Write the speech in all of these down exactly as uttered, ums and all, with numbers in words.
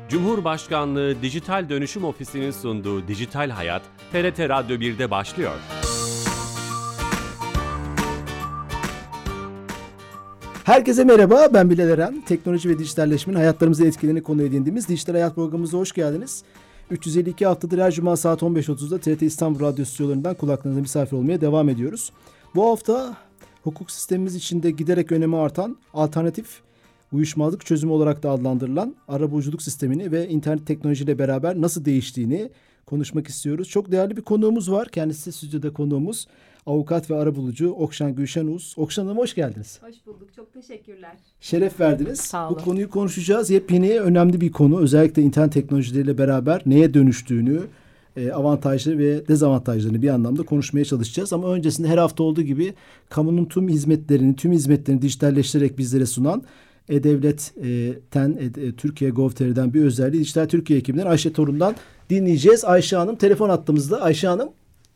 Cumhurbaşkanlığı Dijital Dönüşüm Ofisi'nin sunduğu Dijital Hayat, T R T Radyo bir'de başlıyor. Herkese merhaba, ben Bilal Eren. Teknoloji ve dijitalleşmenin hayatlarımızı etkilerini konu edindiğimiz Dijital Hayat programımıza hoş geldiniz. üç yüz elli iki haftadır her cuma saat on beş otuzda T R T İstanbul Radyo stüdyolarından kulaklarınıza misafir olmaya devam ediyoruz. Bu hafta hukuk sistemimiz içinde giderek önemi artan alternatif uyuşmazlık çözümü olarak da adlandırılan arabuluculuk sistemini ve internet teknolojiyle beraber nasıl değiştiğini konuşmak istiyoruz. Çok değerli bir konuğumuz var. Kendisi stüdyoda konuğumuz. Avukat ve arabulucu Okşan Gülşen Uz. Okşan Hanım hoş geldiniz. Hoş bulduk. Çok teşekkürler. Şeref verdiniz. Sağ olun. Bu konuyu konuşacağız. Yepyeni önemli bir konu. Özellikle internet teknolojileriyle beraber neye dönüştüğünü, avantajları ve dezavantajlarını bir anlamda konuşmaya çalışacağız. Ama öncesinde her hafta olduğu gibi kamunun tüm hizmetlerini, tüm hizmetlerini dijitalleştirerek bizlere sunan E-Devlet'ten, Türkiye Gov.tr'den bir özelliği Dijital Türkiye ekibinden Ayşe Torun'dan dinleyeceğiz. Ayşe Hanım telefon attığımızda. Ayşe Hanım.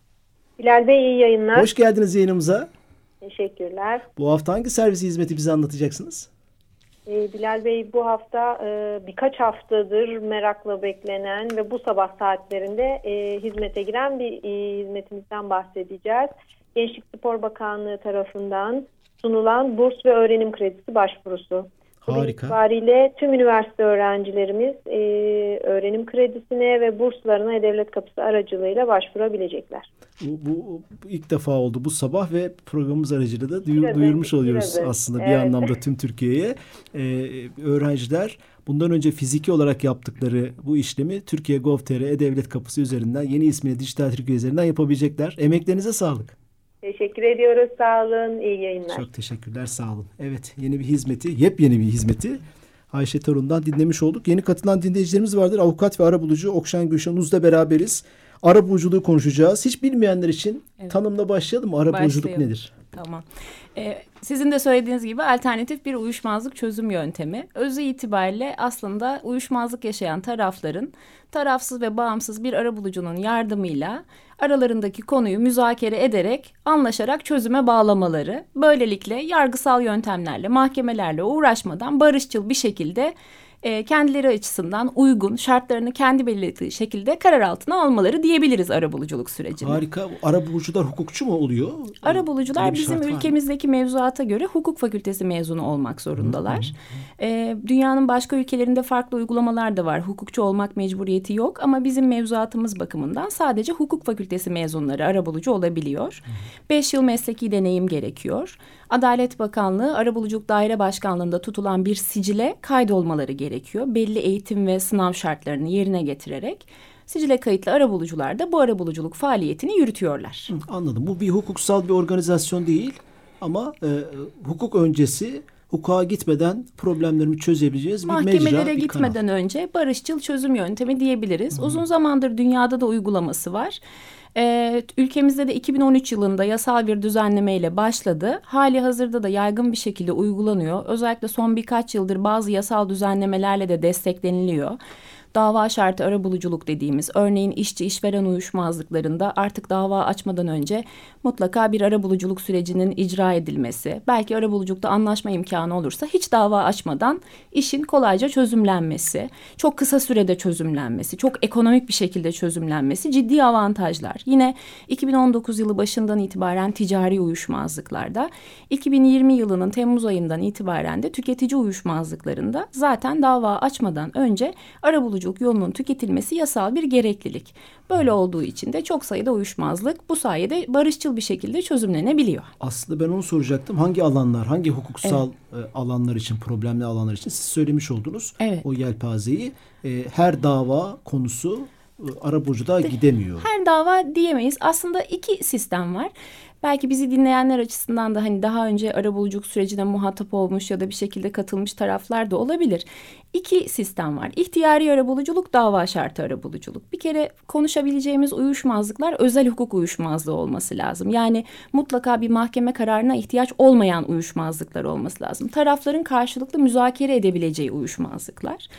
Bilal Bey iyi yayınlar. Hoş geldiniz yayınımıza. Teşekkürler. Bu hafta hangi servisi hizmeti bize anlatacaksınız? Ee, Bilal Bey bu hafta e, birkaç haftadır merakla beklenen ve bu sabah saatlerinde e, hizmete giren bir e, hizmetimizden bahsedeceğiz. Gençlik Spor Bakanlığı tarafından sunulan burs ve öğrenim kredisi başvurusu. Bugün Harika. itibariyle tüm üniversite öğrencilerimiz e, öğrenim kredisine ve burslarına E-Devlet Kapısı aracılığıyla başvurabilecekler. Bu, bu, bu ilk defa oldu bu sabah ve programımız aracılığıyla da duyu, Biraz duyurmuş önce, oluyoruz biraz aslında önce. bir Evet. anlamda tüm Türkiye'ye. Ee, öğrenciler bundan önce fiziki olarak yaptıkları bu işlemi Türkiye Gov.tr E-Devlet Kapısı üzerinden, yeni ismiyle Dijital Türkiye üzerinden yapabilecekler. Emeklerinize sağlık. Teşekkür ediyoruz. Sağ olun. İyi yayınlar. Çok teşekkürler. Sağ olun. Evet, yeni bir hizmeti, yepyeni bir hizmeti Ayşe Torun'dan dinlemiş olduk. Yeni katılan dinleyicilerimiz vardır. Avukat ve arabulucu Okşan Gülşen Uz'la beraberiz. Arabuluculuğu konuşacağız. Hiç bilmeyenler için evet. Tanımla başlayalım mı? Arabuluculuk Başlayalım. nedir? Tamam. Ee, sizin de söylediğiniz gibi alternatif bir uyuşmazlık çözüm yöntemi. Özü itibariyle aslında uyuşmazlık yaşayan tarafların tarafsız ve bağımsız bir arabulucunun yardımıyla aralarındaki konuyu müzakere ederek, anlaşarak çözüme bağlamaları. Böylelikle yargısal yöntemlerle, mahkemelerle uğraşmadan barışçıl bir şekilde E, kendileri açısından uygun, şartlarını kendi belirlediği şekilde karar altına almaları diyebiliriz arabuluculuk sürecine. Harika. Arabulucular hukukçu mu oluyor? Arabulucular bizim ülkemizdeki mevzuata göre hukuk fakültesi mezunu olmak zorundalar. Hı hı. E, dünyanın başka ülkelerinde farklı uygulamalar da var. Hukukçu olmak mecburiyeti yok ama bizim mevzuatımız bakımından sadece hukuk fakültesi mezunları arabulucu olabiliyor. Hı hı. Beş yıl mesleki deneyim gerekiyor. Adalet Bakanlığı Arabuluculuk Daire Başkanlığı'nda tutulan bir sicile kaydolmaları gerekiyor. Belli eğitim ve sınav şartlarını yerine getirerek sicile kayıtlı arabulucular da bu arabuluculuk faaliyetini yürütüyorlar. Hı, anladım. Bu bir hukuksal bir organizasyon değil ama e, hukuk öncesi hukuka gitmeden problemlerimi çözebileceğiz bir mecra, mahkemelere bir gitmeden kanal. önce barışçıl çözüm yöntemi diyebiliriz. Hı. Uzun zamandır dünyada da uygulaması var. Ee, ülkemizde de iki bin on üç yılında yasal bir düzenlemeyle başladı. Hali hazırda da yaygın bir şekilde uygulanıyor. Özellikle son birkaç yıldır bazı yasal düzenlemelerle de destekleniliyor. Dava şartı arabuluculuk dediğimiz, örneğin işçi işveren uyuşmazlıklarında artık dava açmadan önce mutlaka bir arabuluculuk sürecinin icra edilmesi, belki arabuluculukta anlaşma imkanı olursa hiç dava açmadan işin kolayca çözümlenmesi, çok kısa sürede çözümlenmesi, çok ekonomik bir şekilde çözümlenmesi ciddi avantajlar. Yine iki bin on dokuz yılı başından itibaren ticari uyuşmazlıklarda, iki bin yirmi yılının Temmuz ayından itibaren de tüketici uyuşmazlıklarında zaten dava açmadan önce arabuluculuk yolunun tüketilmesi yasal bir gereklilik. Böyle olduğu için de çok sayıda uyuşmazlık bu sayede barışçıl bir şekilde çözümlenebiliyor. Aslında ben onu soracaktım. Hangi alanlar, hangi hukuksal evet. alanlar için, problemli alanlar için siz söylemiş oldunuz. Evet. O yelpazeyi. Her dava konusu arabulucuda gidemiyor. Her dava diyemeyiz. Aslında iki sistem var. Belki bizi dinleyenler açısından da hani daha önce arabuluculuk sürecine muhatap olmuş ya da bir şekilde katılmış taraflar da olabilir. İki sistem var. İhtiyari arabuluculuk, dava şartı arabuluculuk. Bir kere konuşabileceğimiz uyuşmazlıklar özel hukuk uyuşmazlığı olması lazım. Yani mutlaka bir mahkeme kararına ihtiyaç olmayan uyuşmazlıklar olması lazım. Tarafların karşılıklı müzakere edebileceği uyuşmazlıklar.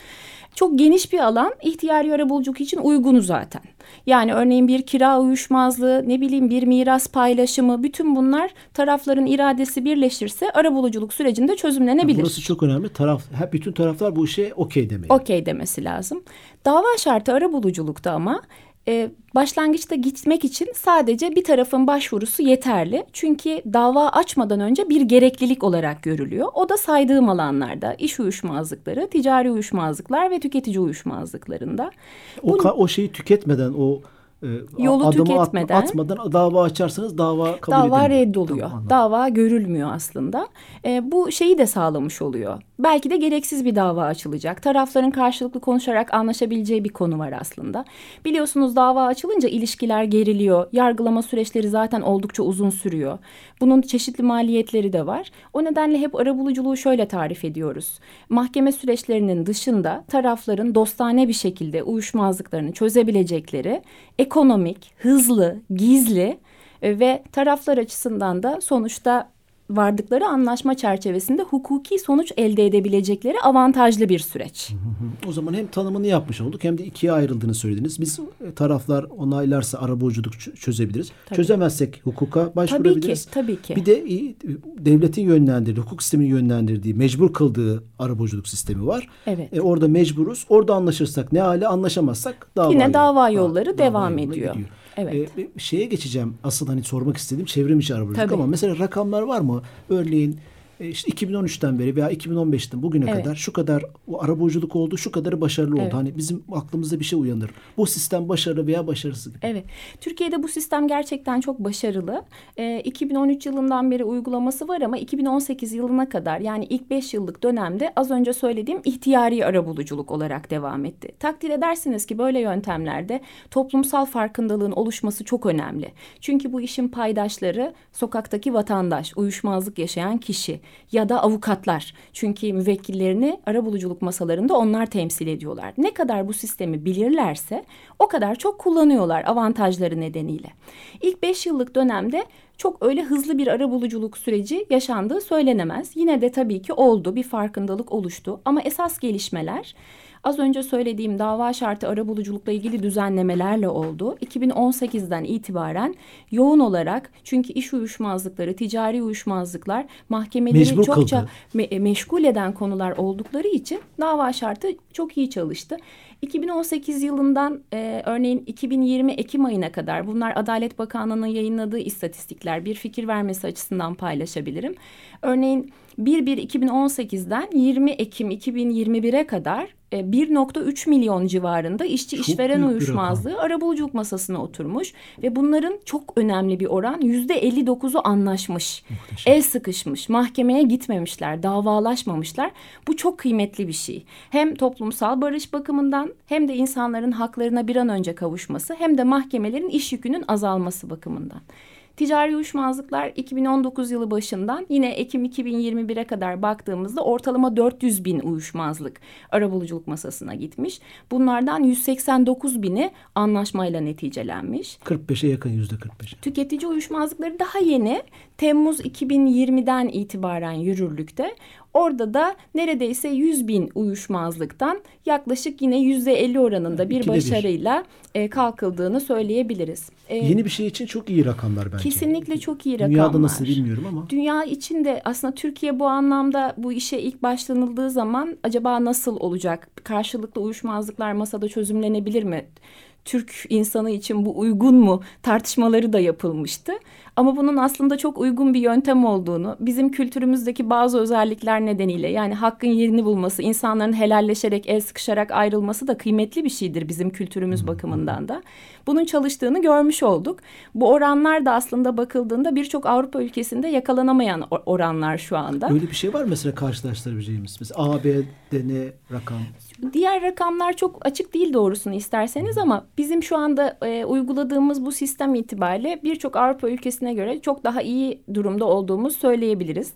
çok geniş bir alan ihtiyari arabuluculuk için uygunu zaten. Yani örneğin bir kira uyuşmazlığı, ne bileyim bir miras paylaşımı, bütün bunlar tarafların iradesi birleşirse arabuluculuk sürecinde çözümlenebilir. Yani burası çok önemli. Taraf, bütün taraflar bu işe okey demeli. Okey demesi lazım. Dava şartı arabuluculukta ama e, başlangıçta gitmek için sadece bir tarafın başvurusu yeterli. Çünkü dava açmadan önce bir gereklilik olarak görülüyor. O da saydığım alanlarda iş uyuşmazlıkları, ticari uyuşmazlıklar ve tüketici uyuşmazlıklarında. O, Bu, o şeyi tüketmeden, o e, yolu adımı tüketmeden, at, atmadan dava açarsanız dava kabul dava edilmiyor. reddoluyor. Tamam, dava görülmüyor aslında. E, bu şeyi de sağlamış oluyor. Belki de gereksiz bir dava açılacak. Tarafların karşılıklı konuşarak anlaşabileceği bir konu var aslında. Biliyorsunuz dava açılınca ilişkiler geriliyor. Yargılama süreçleri zaten oldukça uzun sürüyor. Bunun çeşitli maliyetleri de var. O nedenle hep arabuluculuğu şöyle tarif ediyoruz. Mahkeme süreçlerinin dışında tarafların dostane bir şekilde uyuşmazlıklarını çözebilecekleri ekonomik, hızlı, gizli ve taraflar açısından da sonuçta vardıkları anlaşma çerçevesinde hukuki sonuç elde edebilecekleri avantajlı bir süreç. O zaman hem tanımını yapmış olduk hem de ikiye ayrıldığını söylediniz. Biz taraflar onaylarsa arabuluculuk çözebiliriz. Tabii. Çözemezsek hukuka başvurabiliriz. Tabii ki, tabii ki. Bir de devletin yönlendirdiği, hukuk sisteminin yönlendirdiği, mecbur kıldığı arabuluculuk sistemi var. Evet. E, orada mecburuz. Orada anlaşırsak ne hale, anlaşamazsak dava Yine yolu, dava yolları dava devam yoluna ediyor. gidiyor. Evet. E, şeye geçeceğim. Asıl hani sormak istediğim çevrim içi arabuluculuk Tabii. ama mesela rakamlar var mı? Örneğin e, işte iki bin on üçten beri veya iki bin on beşten bugüne Evet. kadar şu kadar o arabuluculuk oldu, şu kadarı başarılı oldu. Evet. Hani bizim aklımızda bir şey uyanır. Bu sistem başarılı veya başarısız. Evet. Türkiye'de bu sistem gerçekten çok başarılı. Ee, iki bin on üç yılından beri uygulaması var ama iki bin on sekiz yılına kadar, yani ilk beş yıllık dönemde az önce söylediğim ihtiyari arabuluculuk olarak devam etti. Takdir edersiniz ki böyle yöntemlerde toplumsal farkındalığın oluşması çok önemli. Çünkü bu işin paydaşları sokaktaki vatandaş, uyuşmazlık yaşayan kişi ya da avukatlar. Çünkü müvekkillerini arabuluculuk masalarında onlar temsil ediyorlar. Ne kadar bu sistemi bilirlerse o kadar çok kullanıyorlar avantajları nedeniyle. İlk beş yıllık dönemde çok öyle hızlı bir arabuluculuk süreci yaşandığı söylenemez. Yine de tabii ki oldu, bir farkındalık oluştu. Ama esas gelişmeler az önce söylediğim dava şartı arabuluculukla ilgili düzenlemelerle oldu. iki bin on sekizden itibaren yoğun olarak, çünkü iş uyuşmazlıkları, ticari uyuşmazlıklar mahkemeleri Mecbur çokça kıldı. me- meşgul eden konular oldukları için dava şartı çok iyi çalıştı. iki bin on sekiz yılından e, örneğin iki bin yirmi Ekim ayına kadar, bunlar Adalet Bakanlığı'nın yayınladığı istatistikler, bir fikir vermesi açısından paylaşabilirim. Örneğin bir bir iki bin on sekizden yirmi Ekim iki bin yirmi bire kadar e, bir nokta üç milyon civarında işçi Çok işveren büyük bir uyuşmazlığı arabuluculuk masasına oturmuş ve bunların çok önemli bir oran, yüzde elli dokuzu anlaşmış. Muhteşem. El sıkışmış, mahkemeye gitmemişler, davalaşmamışlar. Bu çok kıymetli bir şey. Hem toplumsal barış bakımından hem de insanların haklarına bir an önce kavuşması, hem de mahkemelerin iş yükünün azalması bakımından. Ticari uyuşmazlıklar iki bin on dokuz yılı başından yine Ekim iki bin yirmi bire kadar baktığımızda ortalama dört yüz bin uyuşmazlık arabuluculuk masasına gitmiş. Bunlardan yüz seksen dokuz bini anlaşmayla neticelenmiş. kırk beşe yakın, yüzde kırk beş. Tüketici uyuşmazlıkları daha yeni, Temmuz iki bin yirmiden itibaren yürürlükte. Orada da neredeyse yüz bin uyuşmazlıktan yaklaşık yine yüzde elli oranında bir İkide bir. başarıyla e, kalkıldığını söyleyebiliriz. E, Yeni bir şey için çok iyi rakamlar bence. Kesinlikle çok iyi rakamlar. Dünyada nasıl bilmiyorum ama. Dünya içinde aslında Türkiye bu anlamda bu işe ilk başlanıldığı zaman acaba nasıl olacak? Karşılıklı uyuşmazlıklar masada çözümlenebilir mi? Türk insanı için bu uygun mu tartışmaları da yapılmıştı. Ama bunun aslında çok uygun bir yöntem olduğunu, bizim kültürümüzdeki bazı özellikler nedeniyle, yani hakkın yerini bulması, insanların helalleşerek, el sıkışarak ayrılması da kıymetli bir şeydir bizim kültürümüz bakımından da. Bunun çalıştığını görmüş olduk. Bu oranlar da aslında bakıldığında birçok Avrupa ülkesinde yakalanamayan oranlar şu anda. Öyle bir şey var mesela karşılaştırabileceğimiz. Mesela A B D ne rakam? Diğer rakamlar çok açık değil doğrusunu isterseniz ama bizim şu anda e, uyguladığımız bu sistem itibariyle birçok Avrupa ülkesine göre çok daha iyi durumda olduğumuzu söyleyebiliriz.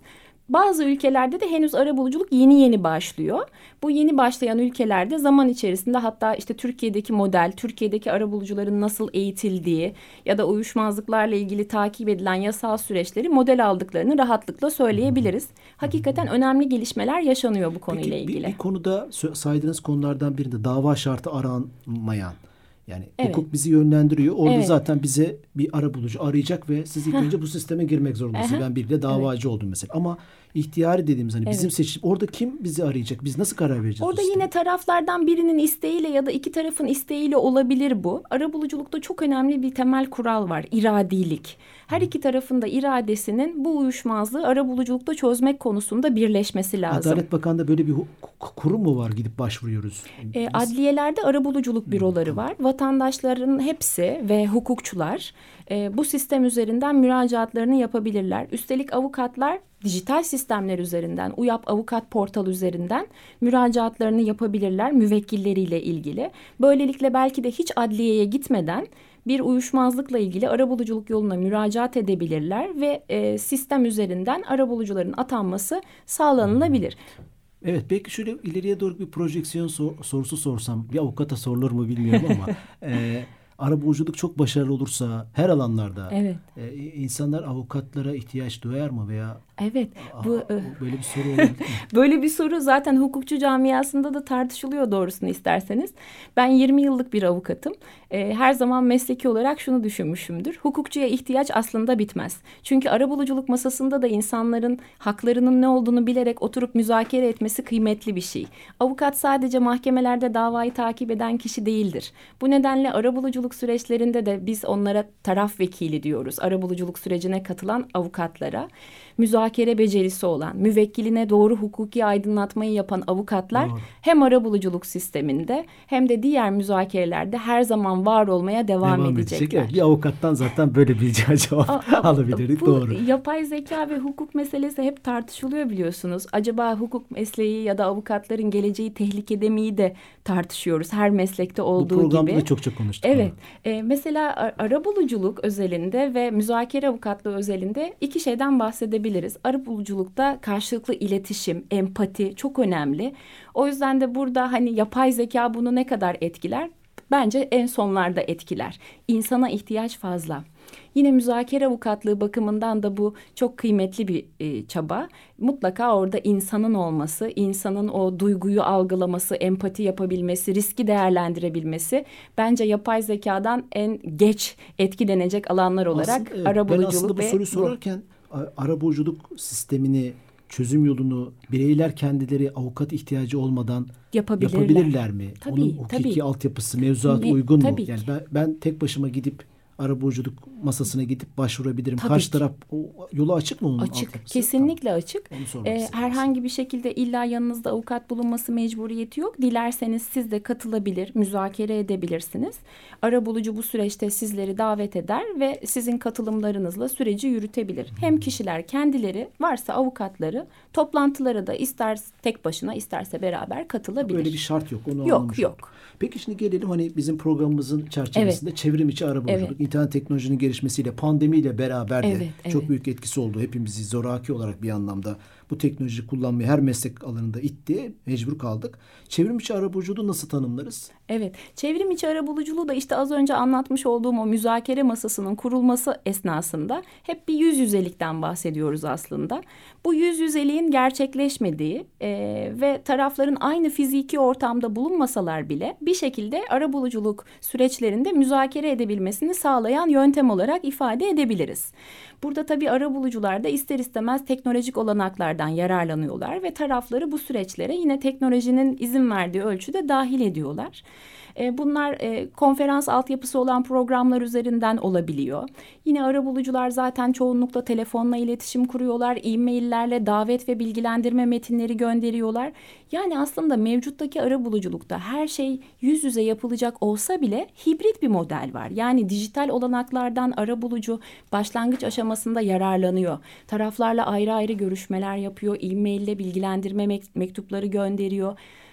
Bazı ülkelerde de henüz arabuluculuk yeni yeni başlıyor. Bu yeni başlayan ülkelerde zaman içerisinde, hatta işte Türkiye'deki model, Türkiye'deki arabulucuların nasıl eğitildiği ya da uyuşmazlıklarla ilgili takip edilen yasal süreçleri model aldıklarını rahatlıkla söyleyebiliriz. Hakikaten önemli gelişmeler yaşanıyor bu konuyla Peki, ilgili. Bir, bir konuda saydığınız konulardan birinde dava şartı aranmayan, yani Evet. hukuk bizi yönlendiriyor. Orada Evet. zaten bize bir arabulucu arayacak ve siz ilk önce bu sisteme girmek zorundasınız. Aha. Ben biriyle davacı oldum mesela. Ama ihtiyari dediğimiz hani bizim Evet. seçim, orada kim bizi arayacak? Biz nasıl karar vereceğiz? Orada o sisteme? yine taraflardan birinin isteğiyle ya da iki tarafın isteğiyle olabilir bu. Arabuluculukta çok önemli bir temel kural var: iradilik. Her iki tarafın da iradesinin bu uyuşmazlığı arabuluculukta çözmek konusunda birleşmesi lazım. Adalet Bakanlığı'nda böyle bir hu- kurum mu var, gidip başvuruyoruz? E, Biz- adliyelerde arabuluculuk büroları var. Vatandaşların hepsi ve hukukçular e, bu sistem üzerinden müracaatlarını yapabilirler. Üstelik avukatlar dijital sistemler üzerinden, UYAP Avukat Portal üzerinden müracaatlarını yapabilirler müvekkilleriyle ilgili. Böylelikle belki de hiç adliyeye gitmeden bir uyuşmazlıkla ilgili arabuluculuk yoluna müracaat edebilirler ve e, sistem üzerinden arabulucuların atanması sağlanılabilir. Evet, belki şöyle ileriye doğru bir projeksiyon sor- sorusu sorsam, bir avukata sorulur mu bilmiyorum ama e, arabuluculuk çok başarılı olursa her alanlarda Evet. e, insanlar avukatlara ihtiyaç duyar mı veya Evet, bu Aa, e, böyle bir soru olabilir mi? böyle bir soru zaten hukukçu camiasında da tartışılıyor doğrusunu isterseniz. Ben yirmi yıllık bir avukatım. Ee, her zaman mesleki olarak şunu düşünmüşümdür: hukukçuya ihtiyaç aslında bitmez. Çünkü arabuluculuk masasında da insanların haklarının ne olduğunu bilerek oturup müzakere etmesi kıymetli bir şey. Avukat sadece mahkemelerde davayı takip eden kişi değildir. Bu nedenle arabuluculuk süreçlerinde de biz onlara taraf vekili diyoruz. Arabuluculuk sürecine katılan avukatlara. Müzakere becerisi olan, müvekkiline doğru hukuki aydınlatmayı yapan avukatlar Doğru. hem arabuluculuk sisteminde hem de diğer müzakerelerde her zaman var olmaya devam, Devam edecekler. edecek. Evet, bir avukattan zaten böyle bir cevap A- a- alabilirdik. Bu Doğru. yapay zeka ve hukuk meselesi hep tartışılıyor biliyorsunuz. Acaba hukuk mesleği ya da avukatların geleceği tehlikede miyi de tartışıyoruz. Her meslekte Bu olduğu programda gibi. da çok çok konuştuk. Evet. E, mesela a- arabuluculuk özelinde ve müzakere avukatlığı özelinde iki şeyden bahsedebiliriz. Arabuluculukta karşılıklı iletişim, empati çok önemli. O yüzden de burada hani yapay zeka bunu ne kadar etkiler? Bence en sonlarda etkiler. İnsana ihtiyaç fazla. Yine müzakere avukatlığı bakımından da bu çok kıymetli bir e, çaba. Mutlaka orada insanın olması, insanın o duyguyu algılaması, empati yapabilmesi, riski değerlendirebilmesi bence yapay zekadan en geç etkilenecek alanlar olarak Aslında, evet, arabuluculuk ben aslında bu ve soruyu sorarken a- arabuluculuk sistemini, çözüm yolunu bireyler kendileri avukat ihtiyacı olmadan yapabilirler. yapabilirler mi? Tabii, Onun hukuki tabii. altyapısı, mevzuat Me- uygun mu? tabii Yani ki. ben, ben tek başıma gidip arabuluculuk masasına gidip başvurabilirim. Tabii Karşı ki. taraf o, yolu açık mı onun Açık, altyapısı? kesinlikle açık. Tamam, onu sormak Ee, istedim. herhangi bir şekilde illa yanınızda avukat bulunması mecburiyeti yok. Dilerseniz siz de katılabilir, müzakere edebilirsiniz. Arabulucu bu süreçte sizleri davet eder ve sizin katılımlarınızla süreci yürütebilir. Hem kişiler kendileri, varsa avukatları, toplantılara da ister tek başına isterse beraber katılabilir. Böyle bir şart yok. Onu Yok, anlamış yok. olduk. Peki şimdi gelelim hani bizim programımızın çerçevesinde çevrim içi arabuluculuk, Evet. internet teknolojinin gelişmesiyle, pandemiyle beraber de Evet, çok evet. büyük etkisi oldu. Hepimizi zoraki olarak bir anlamda bu teknoloji kullanmayı her meslek alanında itti, mecbur kaldık. Çevrim içi arabuluculuğu nasıl tanımlarız? Evet, çevrim içi arabuluculuğu da işte az önce anlatmış olduğum o müzakere masasının kurulması esnasında hep bir yüz yüzelikten bahsediyoruz aslında. Bu yüz yüzeliğin gerçekleşmediği e, ve tarafların aynı fiziki ortamda bulunmasalar bile bir şekilde arabuluculuk süreçlerinde müzakere edebilmesini sağlayan yöntem olarak ifade edebiliriz. Burada tabii arabulucular da ister istemez teknolojik olanaklardan yararlanıyorlar ve tarafları bu süreçlere yine teknolojinin izin verdiği ölçüde dahil ediyorlar. E, bunlar e, konferans altyapısı olan programlar üzerinden olabiliyor. Yine arabulucular zaten çoğunlukla telefonla iletişim kuruyorlar, e-maillerle davet ve bilgilendirme metinleri gönderiyorlar. Yani aslında mevcuttaki arabuluculukta her şey yüz yüze yapılacak olsa bile hibrit bir model var. Yani dijital olanaklardan arabulucu başlangıç aşamasında yararlanıyor. Taraflarla ayrı ayrı görüşmeler yapıyor, e-maille bilgilendirme mek- mektupları gönderiyor.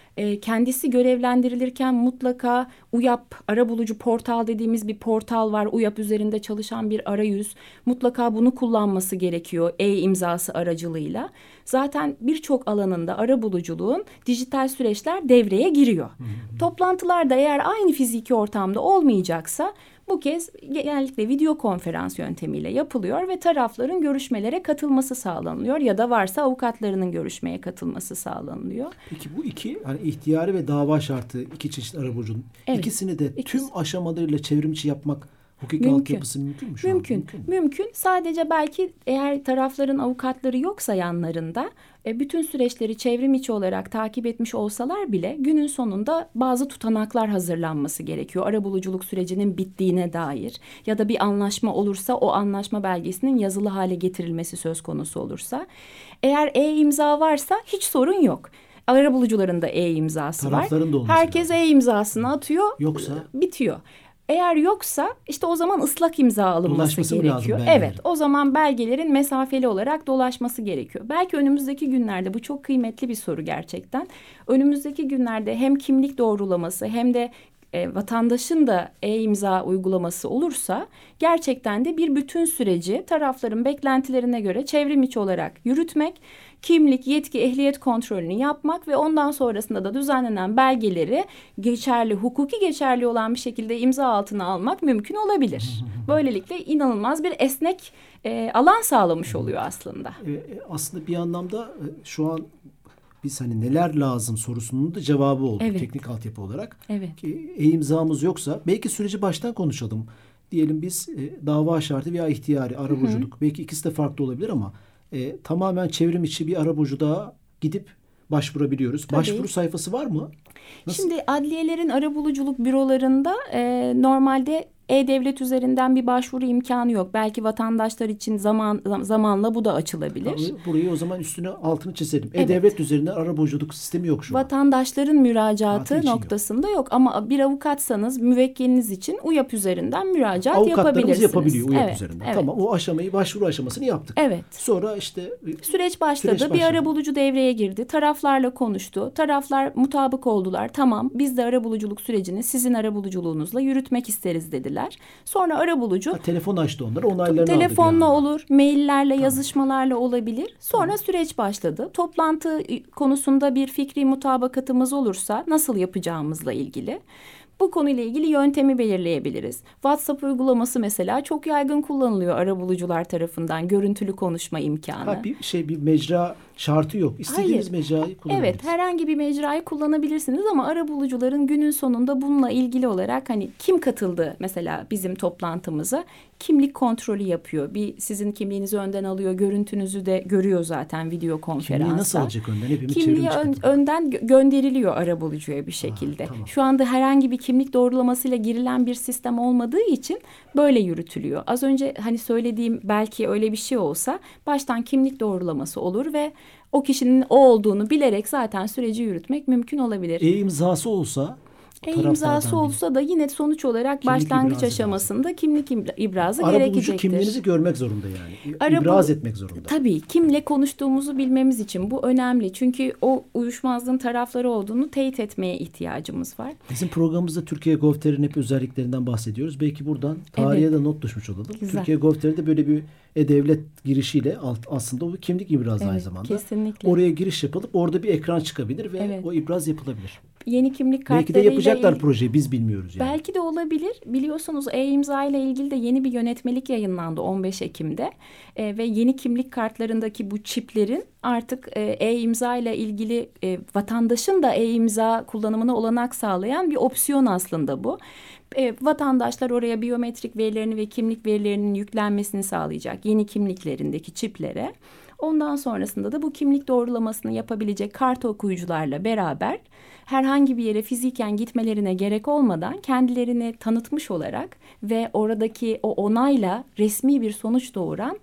E, kendisi görevlendirilirken mutlaka UYAP, arabulucu portal dediğimiz bir portal var. UYAP üzerinde çalışan bir arayüz. Mutlaka bunu kullanması gerekiyor e-imzası aracılığıyla. Zaten birçok alanında arabuluculuğun dijital süreçler devreye giriyor. Hı hı. Toplantılar da eğer aynı fiziki ortamda olmayacaksa bu kez genellikle video konferans yöntemiyle yapılıyor ve tarafların görüşmelere katılması sağlanılıyor ya da varsa avukatlarının görüşmeye katılması sağlanılıyor. Peki bu iki hani ihtiyari ve dava şartı iki çeşit arabulucunun evet, ikisini de ikisi. tüm aşamalarıyla çevrimiçi yapmak hukuki altyapısı mümkün mü şu mümkün. an? Mümkün. Mümkün. Sadece belki eğer tarafların avukatları yoksa yanlarında e, bütün süreçleri çevrim içi olarak takip etmiş olsalar bile günün sonunda bazı tutanaklar hazırlanması gerekiyor. Arabuluculuk sürecinin bittiğine dair ya da bir anlaşma olursa o anlaşma belgesinin yazılı hale getirilmesi söz konusu olursa. Eğer e-imza varsa hiç sorun yok. Arabulucuların da e-imzası var. Herkes e-imzasını atıyor. Yoksa bitiyor. Eğer yoksa işte o zaman ıslak imza alınması gerekiyor. Evet, o zaman belgelerin mesafeli olarak dolaşması gerekiyor. Belki önümüzdeki günlerde bu çok kıymetli bir soru gerçekten. Önümüzdeki günlerde hem kimlik doğrulaması hem de e, vatandaşın da e-imza uygulaması olursa gerçekten de bir bütün süreci tarafların beklentilerine göre çevrim içi olarak yürütmek, kimlik, yetki, ehliyet kontrolünü yapmak ve ondan sonrasında da düzenlenen belgeleri geçerli, hukuki geçerli olan bir şekilde imza altına almak mümkün olabilir. Böylelikle inanılmaz bir esnek e, alan sağlamış oluyor aslında. E, aslında bir anlamda e, şu an biz hani neler lazım sorusunun da cevabı oldu evet, teknik altyapı olarak. Evet. Ki e-imzamız yoksa belki süreci baştan konuşalım. Diyelim biz e, dava şartı veya ihtiyari arabuluculuk. Hı hı. Belki ikisi de farklı olabilir ama e, tamamen çevrim içi bir arabuluculuğa gidip başvurabiliyoruz. Tabii. Başvuru sayfası var mı? Nasıl? Şimdi adliyelerin arabuluculuk bürolarında e, normalde E-Devlet üzerinden bir başvuru imkanı yok. Belki vatandaşlar için zaman zamanla bu da açılabilir. Tabii, burayı o zaman üstüne altını çizelim. Evet. E-Devlet üzerinden arabuluculuk sistemi yok şu an. Vatandaşların müracaatı noktasında yok. yok. Ama bir avukatsanız müvekkiliniz için UYAP üzerinden müracaat yapabilirsiniz. Avukatlarımız yapabiliyor UYAP evet, üzerinden. Evet. Tamam, o aşamayı, başvuru aşamasını yaptık. Evet. Sonra işte süreç başladı. Süreç bir arabulucu devreye girdi. Taraflarla konuştu. Taraflar mutabık oldular. Tamam, biz de arabuluculuk sürecini sizin arabuluculuğunuzla yürütmek isteriz dediler. Sonra arabulucu ha, telefon açtı onlara, onaylarını aldı. Telefonla olur, maillerle, tamam, yazışmalarla olabilir. Sonra tamam, süreç başladı. Toplantı konusunda bir fikri mutabakatımız olursa nasıl yapacağımızla ilgili bu konuyla ilgili yöntemi belirleyebiliriz. WhatsApp uygulaması mesela çok yaygın kullanılıyor arabulucular tarafından, görüntülü konuşma imkanı. Ha, bir şey bir mecra şartı yok. İstediğiniz Hayır. mecrayı kullanabilirsiniz. Evet, herhangi bir mecrayı kullanabilirsiniz ama arabulucuların günün sonunda bununla ilgili olarak hani kim katıldı mesela bizim toplantımıza? Kimlik kontrolü yapıyor. Bir sizin kimliğinizi önden alıyor, görüntünüzü de görüyor zaten video konferansta. Kimliği nasıl alacak önden? Hepimiz Kimliği ön, önden gö- gönderiliyor arabulucuya bir şekilde. Aa, tamam. Şu anda herhangi bir kimlik doğrulamasıyla girilen bir sistem olmadığı için böyle yürütülüyor. Az önce hani söylediğim belki öyle bir şey olsa baştan kimlik doğrulaması olur ve o kişinin o olduğunu bilerek zaten süreci yürütmek mümkün olabilir. E-imzası olsa E-imzası olsa da yine sonuç olarak kimlik başlangıç aşamasında lazım. Kimlik ibrazı arabulucu gerekecektir. Arabulucu kimliğinizi görmek zorunda yani. Arabul- İbraz etmek zorunda. Tabii, kimle konuştuğumuzu bilmemiz için bu önemli. Çünkü o uyuşmazlığın tarafları olduğunu teyit etmeye ihtiyacımız var. Bizim programımızda Türkiye Gov.tr'in hep özelliklerinden bahsediyoruz. Belki buradan tarihe evet, de not düşmüş olalım. Güzel. Türkiye Gov.tr'de böyle bir e-devlet girişiyle aslında o kimlik ibrazı evet, aynı zamanda. Kesinlikle. Oraya giriş yapılıp orada bir ekran çıkabilir ve evet, o ibraz yapılabilir. Yeni kimlik kartlarıyla belki de yapacaklar il- projeyi, biz bilmiyoruz yani. Belki de olabilir. Biliyorsunuz e-imza ile ilgili de yeni bir yönetmelik yayınlandı on beş Ekim'de. E, ve yeni kimlik kartlarındaki bu çiplerin artık e, e-imza ile ilgili e, vatandaşın da e-imza kullanımına olanak sağlayan bir opsiyon aslında bu. E, vatandaşlar oraya biyometrik verilerini ve kimlik verilerinin yüklenmesini sağlayacak yeni kimliklerindeki çiplere. Ondan sonrasında da bu kimlik doğrulamasını yapabilecek kart okuyucularla beraber herhangi bir yere fiziken gitmelerine gerek olmadan kendilerini tanıtmış olarak ve oradaki o onayla resmi bir sonuç doğuran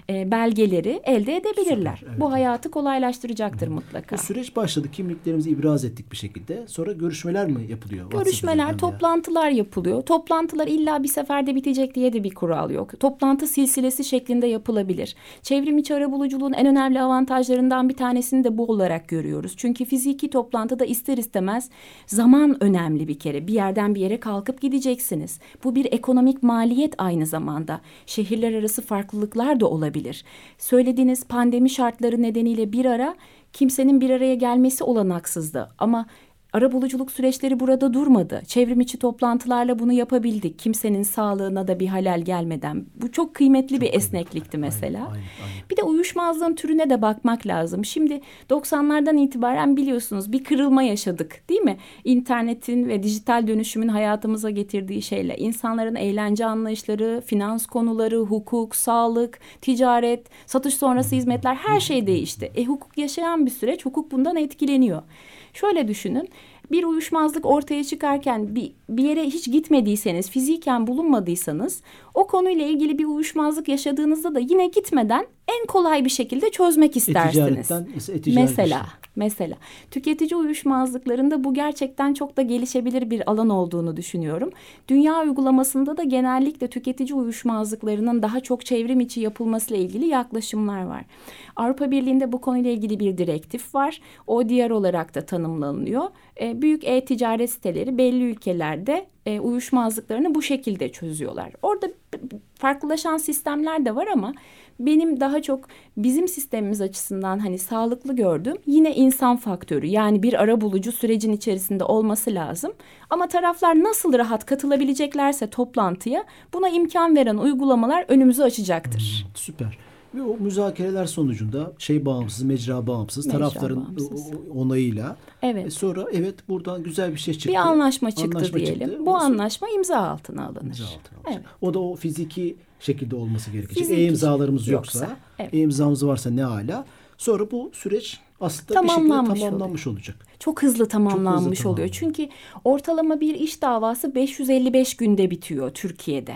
e, belgeleri elde edebilirler. Süper, evet. Bu hayatı kolaylaştıracaktır Hı. mutlaka. Bu süreç başladı. Kimliklerimizi ibraz ettik bir şekilde. Sonra görüşmeler mi yapılıyor? Görüşmeler, toplantılar yapılıyor. Toplantılar illa bir seferde bitecek diye de bir kural yok. Toplantı silsilesi şeklinde yapılabilir. Çevrim içi arabuluculuğun en önemli avantajlarından bir tanesini de bu olarak görüyoruz. Çünkü fiziki toplantıda ister istemez zaman önemli bir kere. Bir yerden bir yere kalkıp gideceksiniz. Bu bir ekonomik maliyet aynı zamanda. Şehirler arası farklılıklar da olabilir. Söylediğiniz pandemi şartları nedeniyle bir ara kimsenin bir araya gelmesi olanaksızdı. Ama arabuluculuk süreçleri burada durmadı. Çevrim içi toplantılarla bunu yapabildik. Kimsenin sağlığına da bir halel gelmeden. Bu çok kıymetli çok bir esneklikti mesela. Aynen, aynen, aynen. Bir de uyuşmazlığın türüne de bakmak lazım. Şimdi doksanlardan itibaren biliyorsunuz bir kırılma yaşadık, değil mi? İnternetin ve dijital dönüşümün hayatımıza getirdiği şeyle insanların eğlence anlayışları, finans konuları, hukuk, sağlık, ticaret, satış sonrası hizmetler her şey değişti. E hukuk yaşayan bir süreç, hukuk bundan etkileniyor. Şöyle düşünün, bir uyuşmazlık ortaya çıkarken bir, bir yere hiç gitmediyseniz, fiziken bulunmadıysanız o konuyla ilgili bir uyuşmazlık yaşadığınızda da yine gitmeden en kolay bir şekilde çözmek istersiniz. Mesela, mesela tüketici uyuşmazlıklarında bu gerçekten çok da gelişebilir bir alan olduğunu düşünüyorum. Dünya uygulamasında da genellikle tüketici uyuşmazlıklarının daha çok çevrim içi yapılmasıyla ilgili yaklaşımlar var. Avrupa Birliği'nde bu konuyla ilgili bir direktif var. O D R olarak da tanımlanıyor. E, büyük e-ticaret siteleri belli ülkelerde e, uyuşmazlıklarını bu şekilde çözüyorlar. Orada farklılaşan sistemler de var ama benim daha çok bizim sistemimiz açısından hani sağlıklı gördüğüm yine insan faktörü. Yani bir arabulucu sürecin içerisinde olması lazım. Ama taraflar nasıl rahat katılabileceklerse toplantıya buna imkan veren uygulamalar önümüzü açacaktır. Hmm, süper. Ve o müzakereler sonucunda şey bağımsız, mecra bağımsız, mecra tarafların bağımsız. onayıyla. Evet. E sonra evet buradan güzel bir şey çıktı. Bir anlaşma çıktı anlaşma diyelim. Çıktı. Bu o anlaşma imza altına alınır. İmza altına alınır. Evet. O da o fiziki şekilde olması gerekecek. E-imzalarımız yoksa, yoksa evet. E-imzamız varsa ne hala. Sonra bu süreç aslında bir şekilde tamamlanmış oluyor. olacak. Çok hızlı tamamlanmış Çok hızlı oluyor. Tamamlanmış. Çünkü ortalama bir iş davası beş yüz elli beş günde bitiyor Türkiye'de.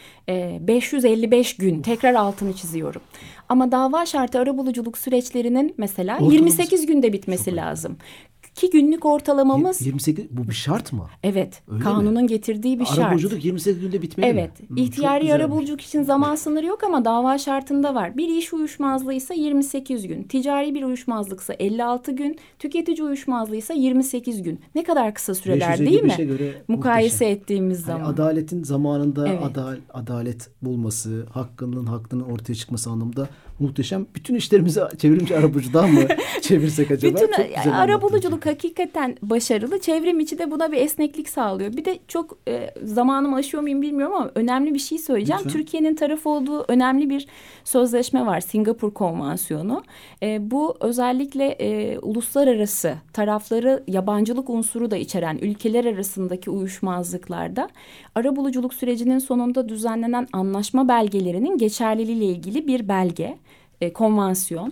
beş yüz elli beş gün tekrar altını çiziyorum. Ama dava şartı arabuluculuk süreçlerinin mesela Ortamız, yirmi sekiz günde bitmesi lazım. İki günlük ortalamamız... yirmi sekiz bu bir şart mı? Evet. Öyle kanunun mi? getirdiği bir şart. Arabuluculuk yirmi sekiz günde bitmeli evet, mi? Evet. İhtiyari arabuluculuk için zaman sınırı yok ama dava şartında var. Bir iş uyuşmazlığıysa yirmi sekiz gün. Ticari bir uyuşmazlıksa elli altı gün. Tüketici uyuşmazlığıysa yirmi sekiz gün. Ne kadar kısa süreler değil mi? Göre Mukayese muhteşem. ettiğimiz zaman. Yani adaletin zamanında evet. adal, adalet bulması, hakkının hakkının ortaya çıkması anlamında muhteşem. Bütün işlerimizi çevrimci arabuluculuğa mı çevirsek acaba? Bütün arabuluculuk hakikaten başarılı. Çevrim içi de buna bir esneklik sağlıyor. Bir de çok e, zamanımı aşıyor muyum bilmiyorum ama önemli bir şey söyleyeceğim. Lütfen. Türkiye'nin tarafı olduğu önemli bir sözleşme var. Singapur Konvansiyonu. E, bu özellikle e, uluslararası tarafları yabancılık unsuru da içeren ülkeler arasındaki uyuşmazlıklarda arabuluculuk sürecinin sonunda düzenlenen anlaşma belgelerinin geçerliliğiyle ilgili bir belge. E, konvansiyon.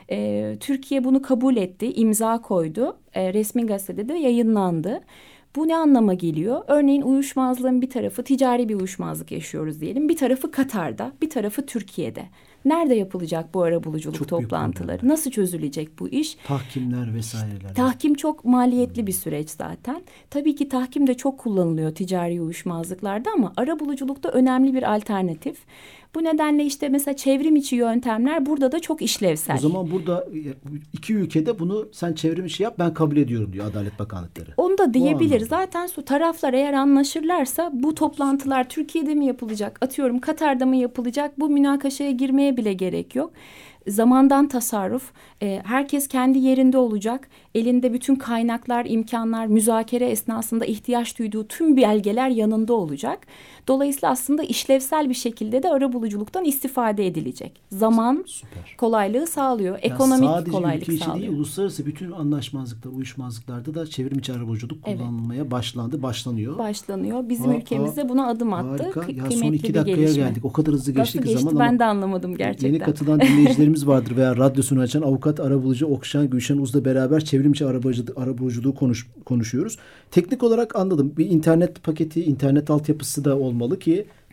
E, Türkiye bunu kabul etti, imza koydu. E, resmi gazetede de yayınlandı. Bu ne anlama geliyor? Örneğin uyuşmazlığın bir tarafı ticari bir uyuşmazlık yaşıyoruz diyelim. Bir tarafı Katar'da, bir tarafı Türkiye'de. Nerede yapılacak bu arabuluculuk çok toplantıları? Nasıl çözülecek bu iş? Tahkimler vesaireler. Tahkim çok maliyetli bir süreç zaten. Tabii ki tahkim de çok kullanılıyor ticari uyuşmazlıklarda ama arabuluculukta önemli bir alternatif. Bu nedenle işte mesela çevrim içi yöntemler burada da çok işlevsel. O zaman burada iki ülkede bunu sen çevrim içi yap ben kabul ediyorum diyor Adalet Bakanlıkları. Onu da diyebilir. Zaten su taraflar eğer anlaşırlarsa bu toplantılar Türkiye'de mi yapılacak? Atıyorum Katar'da mı yapılacak? Bu münakaşaya girmeye bile gerek yok. Zamandan tasarruf, e, herkes kendi yerinde olacak, elinde bütün kaynaklar, imkanlar, müzakere esnasında ihtiyaç duyduğu tüm belgeler yanında olacak. Dolayısıyla aslında işlevsel bir şekilde de arabuluculuktan istifade edilecek. Zaman Süper. kolaylığı sağlıyor, ya ekonomik kolaylık sağlıyor. Sadece değil, uluslararası bütün anlaşmazlıklar, uyuşmazlıklarda da çevrimiçi arabuluculuk evet. kullanılmaya başlandı, başlanıyor. Başlanıyor. Bizim aa, ülkemizde aa, buna adım attı. Harika. K- ya son iki dakikaya gelişme. geldik. O kadar hızlı geçtik Nasıl geçti, zaman ben de anlamadım gerçekten. Yeni katılan dinleyicilerimiz vardır veya radyosunu açan avukat arabulucu Okşan Gülşen Uz'la beraber çevrimçi arabuluculuğu, arabuluculuğu konuş, konuşuyoruz. Teknik olarak anladım. Bir internet paketi, internet altyapısı da olmalı ki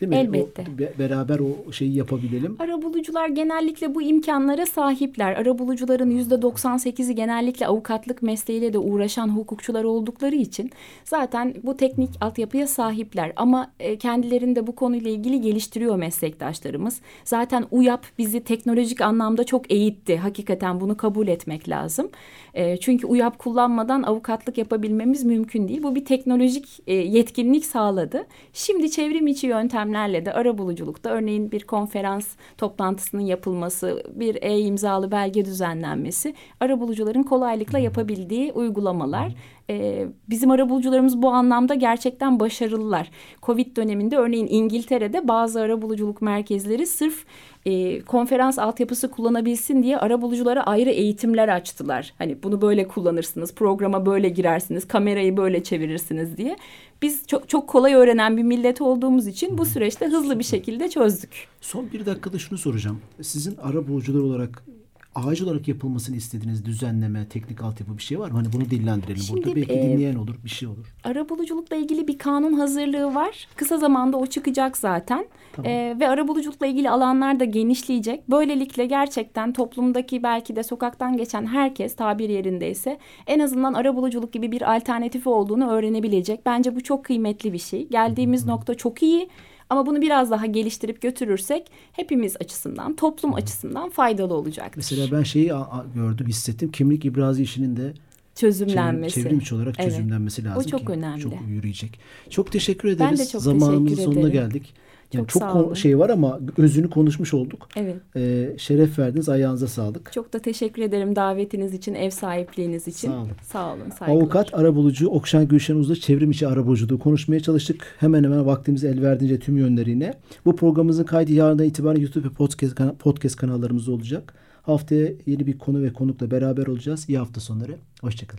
değil mi? Elbette. O, be, beraber o şeyi yapabilelim. Arabulucular genellikle bu imkanlara sahipler. Arabulucuların yüzde doksan sekizi genellikle avukatlık mesleğiyle de uğraşan hukukçular oldukları için zaten bu teknik altyapıya sahipler. Ama e, kendilerini de bu konuyla ilgili geliştiriyor meslektaşlarımız. Zaten UYAP bizi teknolojik anlamda çok eğitti. Hakikaten bunu kabul etmek lazım. E, çünkü UYAP kullanmadan avukatlık yapabilmemiz mümkün değil. Bu bir teknolojik e, yetkinlik sağladı. Şimdi çevrim içi yöntemlerle de arabuluculukta örneğin bir konferans toplantısının yapılması, bir e-imzalı belge düzenlenmesi arabulucuların kolaylıkla yapabildiği uygulamalar. Ee, bizim arabulucularımız bu anlamda gerçekten başarılılar. Covid döneminde örneğin İngiltere'de bazı arabuluculuk merkezleri sırf e, konferans altyapısı kullanabilsin diye arabuluculara ayrı eğitimler açtılar. Hani bunu böyle kullanırsınız, programa böyle girersiniz, kamerayı böyle çevirirsiniz diye. Biz çok çok kolay öğrenen bir millet olduğumuz için bu süreçte hızlı bir şekilde çözdük. Son bir dakikada şunu soracağım. Sizin arabulucular olarak acil olarak yapılmasını istediğiniz düzenleme, teknik altyapı bir şey var mı? Hani bunu dillendirelim. Şimdi, burada belki e, dinleyen olur, bir şey olur. Arabuluculukla ilgili bir kanun hazırlığı var. Kısa zamanda o çıkacak zaten. Tamam. Ee, ve arabuluculukla ilgili alanlar da genişleyecek. Böylelikle gerçekten toplumdaki belki de sokaktan geçen herkes tabir yerindeyse en azından arabuluculuk gibi bir alternatifi olduğunu öğrenebilecek. Bence bu çok kıymetli bir şey. Geldiğimiz hmm. nokta çok iyi. Ama bunu biraz daha geliştirip götürürsek hepimiz açısından, toplum hmm. açısından faydalı olacaktır. Mesela ben şeyi a- a- gördüm, hissettim. Kimlik ibrazi işinin de çözümlenmesi. Çevrim içi olarak evet. çözümlenmesi lazım. O çok ki önemli. Çok yürüyecek. Çok teşekkür ederiz. Ben de çok Zamanımızın teşekkür sonuna ederim. geldik. Yani Çok çok sağ olun. ko- şey var ama özünü konuşmuş olduk. Evet. Ee, şeref verdiniz. Ayağınıza sağlık. Çok da teşekkür ederim davetiniz için, ev sahipliğiniz için. Sağ olun. Sağ olun. Saygılar. Avukat, arabulucu Okşan Gülşen Uz'la çevrim içi arabuluculuğu konuşmaya çalıştık. Hemen hemen vaktimiz el verdiğince tüm yönleriyle. Bu programımızın kaydı yarından itibaren YouTube ve podcast, kan- podcast kanallarımızda olacak. Haftaya yeni bir konu ve konukla beraber olacağız. İyi hafta sonları. Hoşçakalın.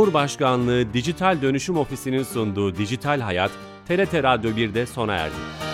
Cumhurbaşkanlığı Dijital Dönüşüm Ofisi'nin sunduğu Dijital Hayat, T R T Radyo birde sona erdi.